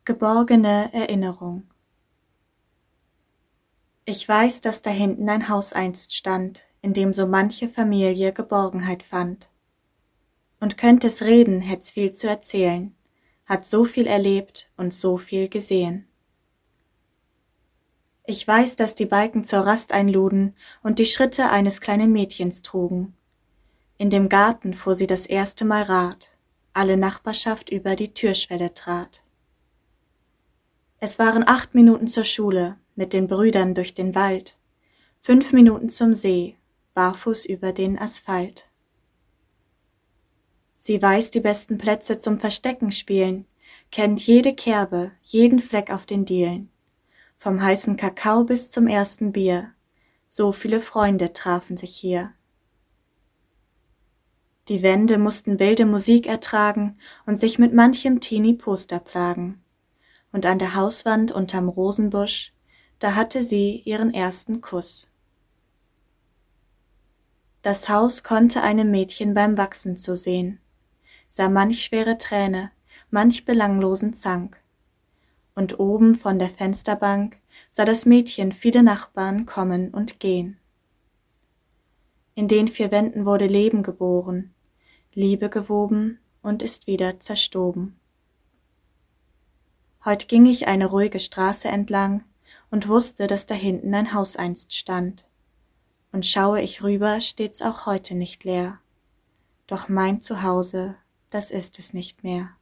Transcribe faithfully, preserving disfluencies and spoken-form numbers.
Geborgene Erinnerung. Ich weiß, dass da hinten ein Haus einst stand, in dem so manche Familie Geborgenheit fand. Und könnt es reden, hätt's viel zu erzählen, hat so viel erlebt und so viel gesehen. Ich weiß, dass die Balken zur Rast einluden und die Schritte eines kleinen Mädchens trugen. In dem Garten fuhr sie das erste Mal Rad, alle Nachbarschaft über die Türschwelle trat. Es waren acht Minuten zur Schule, mit den Brüdern durch den Wald, fünf Minuten zum See, barfuß über den Asphalt. Sie weiß die besten Plätze zum Verstecken spielen, kennt jede Kerbe, jeden Fleck auf den Dielen. Vom heißen Kakao bis zum ersten Bier, so viele Freunde trafen sich hier. Die Wände mussten wilde Musik ertragen und sich mit manchem Teenie-Poster plagen. Und an der Hauswand unterm Rosenbusch, da hatte sie ihren ersten Kuss. Das Haus konnte einem Mädchen beim Wachsen zu sehen, sah manch schwere Träne, manch belanglosen Zank. Und oben von der Fensterbank sah das Mädchen viele Nachbarn kommen und gehen. In den vier Wänden wurde Leben geboren, Liebe gewoben und ist wieder zerstoben. Heut ging ich eine ruhige Straße entlang und wusste, dass da hinten ein Haus einst stand. Und schaue ich rüber, steht's auch heute nicht leer. Doch mein Zuhause, das ist es nicht mehr.